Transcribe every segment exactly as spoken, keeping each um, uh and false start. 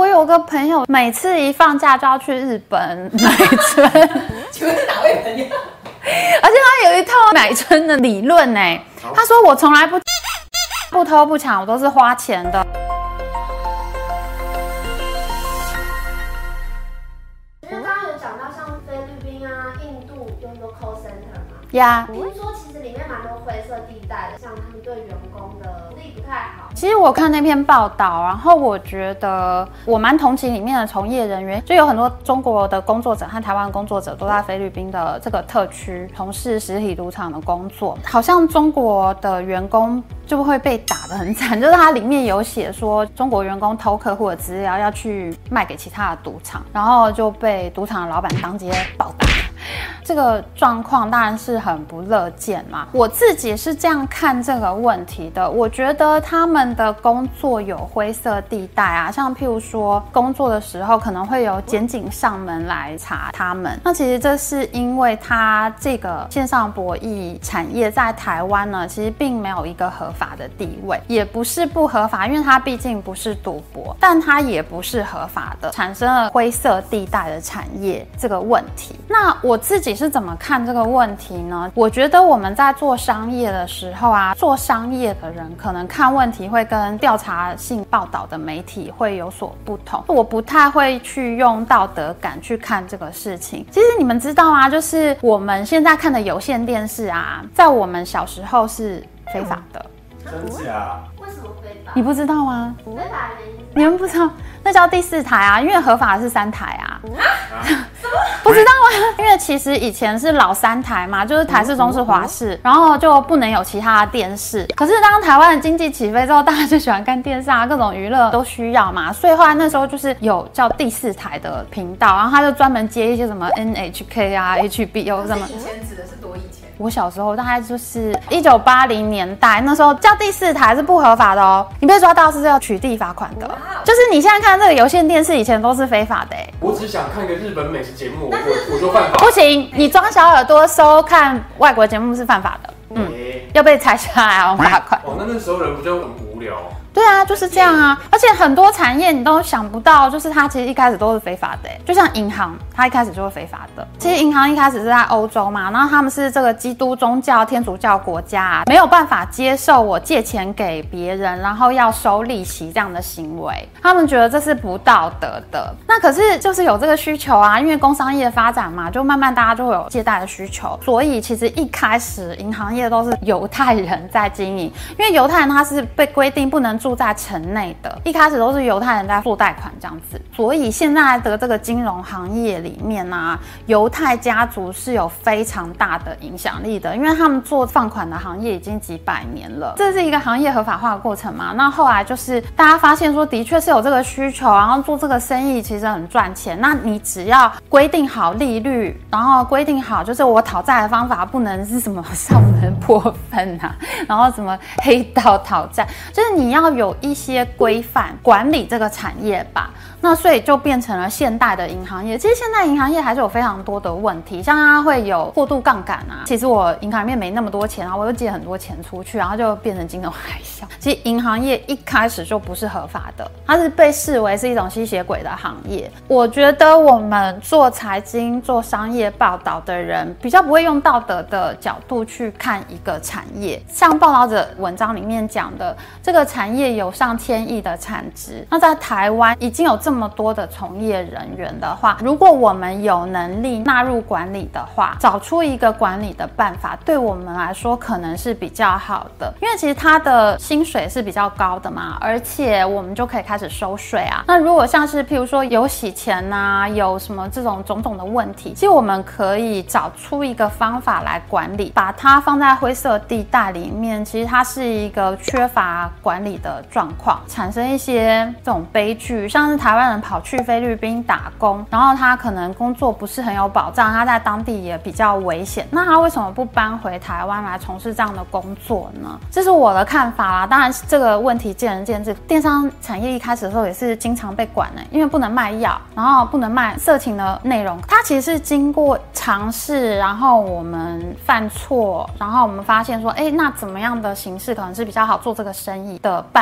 我有个朋友，每次一放假就要去日本买春。 请问是哪位朋友？ 而且他有一套买春的理论呢。他说我从来不不偷不抢，我都是花钱的。 因为刚刚有讲到像菲律宾啊、印度有很多 call center 嘛， 呀， 听说其实里面蛮多灰色地带的，像他们对员工的福利不太好。 其实我看那篇报道，然后我觉得我蛮同情里面的从业人员，就有很多中国的工作者和台湾的工作者都在菲律宾的这个特区从事实体赌场的工作，好像中国的员工就会被打得很惨，就是它里面有写说中国员工偷客户的资料要去卖给其他的赌场，然后就被赌场的老板当街暴打。这个状况当然是很不乐见嘛。我自己是这样看这个问题的，我觉得他们的工作有灰色地带啊，像譬如说工作的时候可能会有检警上门来查他们，那其实这是因为他这个线上博弈产业在台湾呢，其实并没有一个合法的地位，也不是不合法，因为它毕竟不是赌博，但它也不是合法的，产生了灰色地带的产业这个问题。那我自己是怎么看这个问题呢？我觉得我们在做商业的时候啊，做商业的人可能看问题会跟调查性报道的媒体会有所不同。我不太会去用道德感去看这个事情。其实你们知道啊，就是我们现在看的有线电视啊，在我们小时候是非法的。 真假？ 为什么非法？ 你不知道吗？ 非法的原因是？ 你们不知道？那叫第四台啊，因为合法的是三台啊。啊不知道吗？因为其实以前是老三台嘛，就是台视、中视、华视，然后就不能有其他的电视。可是当台湾的经济起飞之后，大家就喜欢看电视啊，各种娱乐都需要嘛，所以后来那时候就是有叫第四台的频道，然后他就专门接一些什么 N H K 啊、H B O 什么。 以前指的是多以前？ 我小时候大概就是一九八零年代，那时候叫第四台是不合法的哦，你被抓到是要取缔罚款的。就是你现在看这个有线电视，以前都是非法的哎。 我只想看一个日本美食节目，我我就犯法。 不行，你装小耳朵收看外国节目是犯法的，嗯，欸、要被裁下来啊，罚款。 哦，那那时候人不就很无聊？ 对啊，就是这样啊，而且很多产业你都想不到，就是它其实一开始都是非法的，就像银行，它一开始就是非法的。其实银行一开始是在欧洲嘛，然后他们是这个基督宗教天主教国家、啊，没有办法接受我借钱给别人，然后要收利息这样的行为，他们觉得这是不道德的。那可是就是有这个需求啊，因为工商业发展嘛，就慢慢大家就会有借贷的需求，所以其实一开始银行业都是犹太人在经营，因为犹太人他是被规定不能住在城内的，一开始都是犹太人在做贷款这样子，所以现在的这个金融行业里面啊，犹太家族是有非常大的影响力的，因为他们做放款的行业已经几百年了，这是一个行业合法化的过程嘛。那后来就是大家发现说，的确是有这个需求，然后做这个生意其实很赚钱。那你只要规定好利率，然后规定好就是我讨债的方法不能是什么少能破分啊，然后什么黑道讨债，就是你要有一些规范管理这个产业吧。那所以就变成了现代的银行业。其实现在银行业还是有非常多的问题，像它会有过度杠杆啊。其实我银行里面没那么多钱啊，我又借很多钱出去，然后就变成金融海啸。其实银行业一开始就不是合法的，它是被视为是一种吸血鬼的行业。我觉得我们做财经、做商业报道的人，比较不会用道德的角度去看一个产业。像报道者文章里面讲的，这个产业有上千亿的产值，那在台湾已经有这么多的从业人员的话，如果我们有能力纳入管理的话，找出一个管理的办法，对我们来说可能是比较好的。因为其实他的薪水是比较高的嘛，而且我们就可以开始收税啊。那如果像是譬如说有洗钱啊，有什么这种种种的问题，其实我们可以找出一个方法来管理，把它放在灰色地带里面，其实它是一个缺乏管理的状况，产生一些这种悲剧，像是台湾人跑去菲律宾打工，然后他可能工作不是很有保障，他在当地也比较危险，那他为什么不搬回台湾来从事这样的工作呢？这是我的看法啦。当然这个问题见仁见智，电商产业一开始的时候也是经常被管的，因为不能卖药，然后不能卖色情的内容，它其实是经过尝试，然后我们犯错，然后我们发现说，哎，那怎么样的形式可能是比较好做这个生意的办法，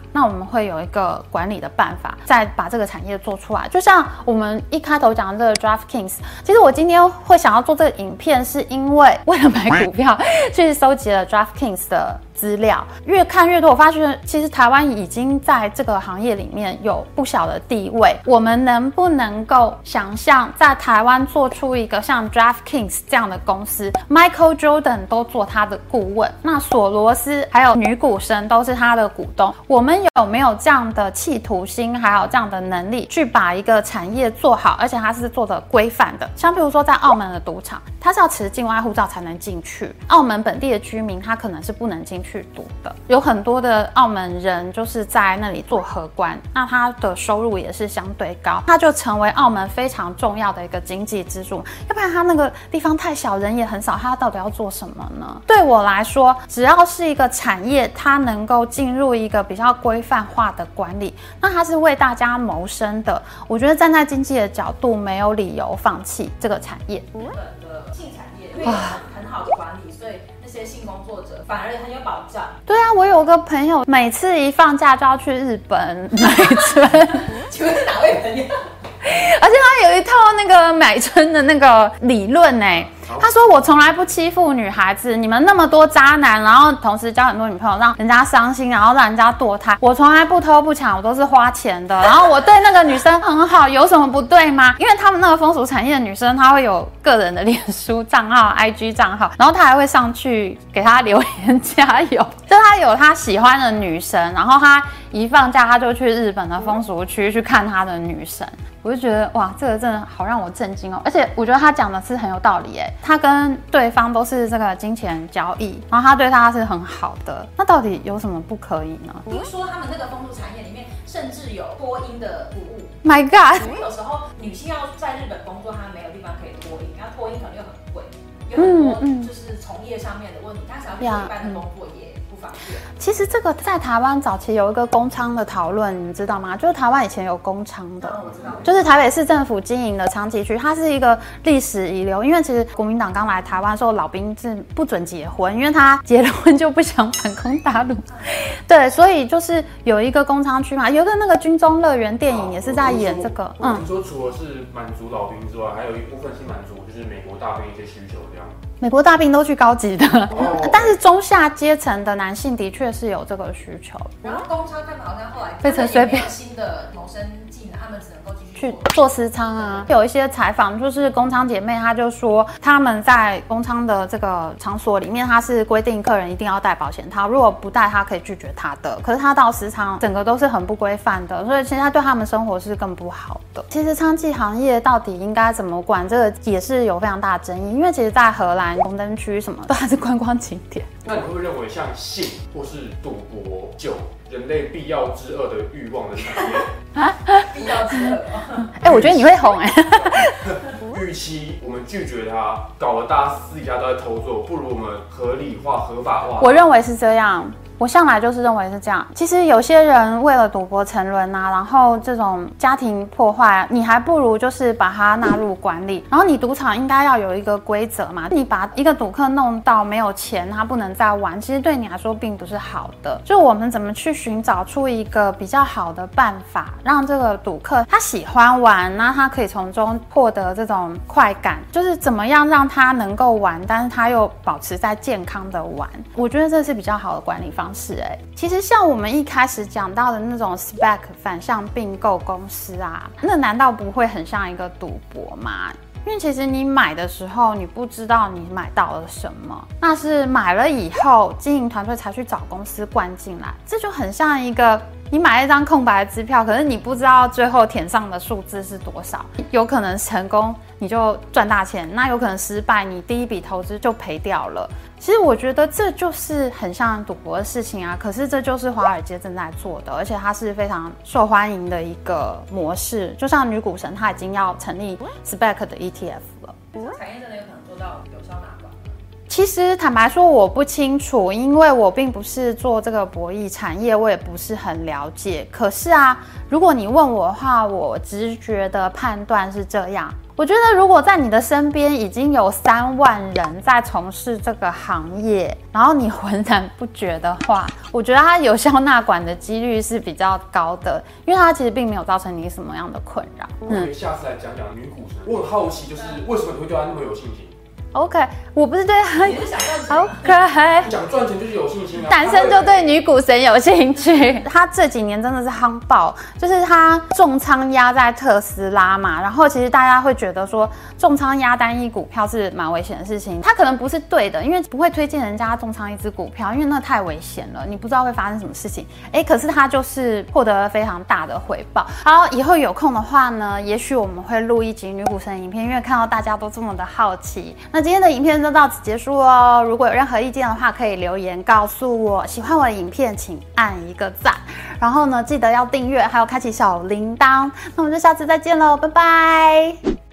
那我们会有一个管理的办法，再把这个产业做出来。就像我们一开头讲的这个 DraftKings， 其实我今天会想要做这个影片，是因为为了买股票去搜集了 DraftKings 的资料，越看越多，我发现其实台湾已经在这个行业里面有不小的地位。我们能不能够想象在台湾做出一个像 DraftKings 这样的公司 ？Michael Jordan 都做他的顾问，那索罗斯还有女股神都是他的股东。我们有没有这样的企图心，还有这样的能力，去把一个产业做好，而且它是做的规范的？像比如说在澳门的赌场，它是要持境外护照才能进去，澳门本地的居民他可能是不能进去赌的。有很多的澳门人就是在那里做荷官，那他的收入也是相对高，他就成为澳门非常重要的一个经济支柱。要不然他那个地方太小，人也很少，他到底要做什么呢？对我来说，只要是一个产业，它能够进入一个比较规范化的管理，那它是为大家谋生的。我觉得站在经济的角度，没有理由放弃这个产业。 日本的性产业因为有很好的管理，所以那些性工作者反而很有保障。 对啊，我有个朋友，每次一放假就要去日本买春。 请问是哪位朋友？ 而且他有一套那个买春的那个理论哎，他说我从来不欺负女孩子，你们那么多渣男，然后同时交很多女朋友，让人家伤心，然后让人家堕胎，我从来不偷不抢，我都是花钱的，然后我对那个女生很好，有什么不对吗？因为他们那个风俗产业的女生，她会有个人的脸书账号、I G 账号，然后她还会上去给她留言加油，就她有她喜欢的女神，然后她一放假，她就去日本的风俗区去看她的女神。我就觉得哇，这个真的好让我震惊哦！而且我觉得他讲的是很有道理耶，他跟对方都是这个金钱交易，然后他对他是很好的，那到底有什么不可以呢？ 听说他们那个风俗产业里面甚至有脱音的服务。 My God！ 有时候女性要在日本工作，她没有地方可以脱音，然后脱音可能又很贵，有很多就是从业上面的问题，她想要做一般的工作也不方便。 其实这个在台湾早期有一个公娼的讨论，你知道吗？就是台湾以前有公娼的， 哦我知道， 就是台北市政府经营的长崎区，它是一个历史遗留。因为其实国民党刚来台湾的时候，老兵是不准结婚，因为他结了婚就不想反攻大陆。对，所以就是有一个公娼区嘛，有一个那个军中乐园电影也是在演这个。 嗯，听说除了是满足老兵之外，还有一部分是满足就是美国大兵一些需求这样。 美国大兵都去高级的， 哦、 但是中下阶层的男性的确是有这个需求。 然后公娼他们好像后来变成随便新的谋生技能，他们只能够继续去做私娼啊。有一些采访，就是公娼姐妹，她就说他们在公娼的这个场所里面，她是规定客人一定要戴保险套，如果不戴，她可以拒绝他的。可是她到私娼，整个都是很不规范的，所以其实她对他们生活是更不好的。其实娼妓行业到底应该怎么管，这个也是有非常大的争议，因为其实，在荷兰红灯区什么都还是观光景点。 那你会不会认为像性或是赌博、酒，人类必要之恶的欲望的产业？ 啊，必要之恶。 哎、欸，我觉得你会红哎、欸。 与其我们拒绝它，搞得大家私底下都在偷做，不如我们合理化、合法化。 我认为是这样。我向来就是认为是这样。其实有些人为了赌博沉沦啊，然后这种家庭破坏，你还不如就是把它纳入管理。然后你赌场应该要有一个规则嘛，你把一个赌客弄到没有钱，他不能再玩，其实对你来说并不是好的。就我们怎么去寻找出一个比较好的办法，让这个赌客他喜欢玩，那他可以从中获得这种快感，就是怎么样让他能够玩，但是他又保持在健康的玩。我觉得这是比较好的管理方式。是哎，其实像我们一开始讲到的那种 S P A C 反向并购公司啊，那难道不会很像一个赌博吗？因为其实你买的时候，你不知道你买到了什么，那是买了以后，经营团队才去找公司灌进来，这就很像一个你买了一张空白的支票，可是你不知道最后填上的数字是多少，有可能成功你就赚大钱，那有可能失败，你第一笔投资就赔掉了。其实我觉得这就是很像赌博的事情啊，可是这就是华尔街正在做的，而且它是非常受欢迎的一个模式。就像女股神，她已经要成立 S P A C 的 E T F 了。 这个产业真的有可能做到有效纳管吗？ 其其实坦白说我不清楚，因为我并不是做这个博弈产业，我也不是很了解。可是啊，如果你问我的话，我直觉的判断是这样。我觉得如果在你的身边已经有三万人在从事这个行业，然后你浑然不觉的话，我觉得它有效纳管的几率是比较高的，因为它其实并没有造成你什么样的困扰。 我们下次来讲讲女股神，我很好奇，就是为什么你会对她那么有信心？ OK， 我不是对他你是想赚钱 OK， 讲赚钱就是有信心啊。 男生就对女股神有兴趣。他这几年真的是夯爆，就是他重仓压在特斯拉嘛，然后其实大家会觉得说重仓压单一股票是蛮危险的事情，他可能不是对的，因为不会推荐人家重仓一只股票，因为那太危险了，你不知道会发生什么事情。哎，可是他就是获得了非常大的回报。好，以后有空的话呢，也许我们会录一集女股神影片，因为看到大家都这么的好奇。那今天的影片就到此结束哦。如果有任何意见的话，可以留言告诉我。喜欢我的影片，请按一个赞，然后呢，记得要订阅，还有开启小铃铛。那我们就下次再见喽，拜拜。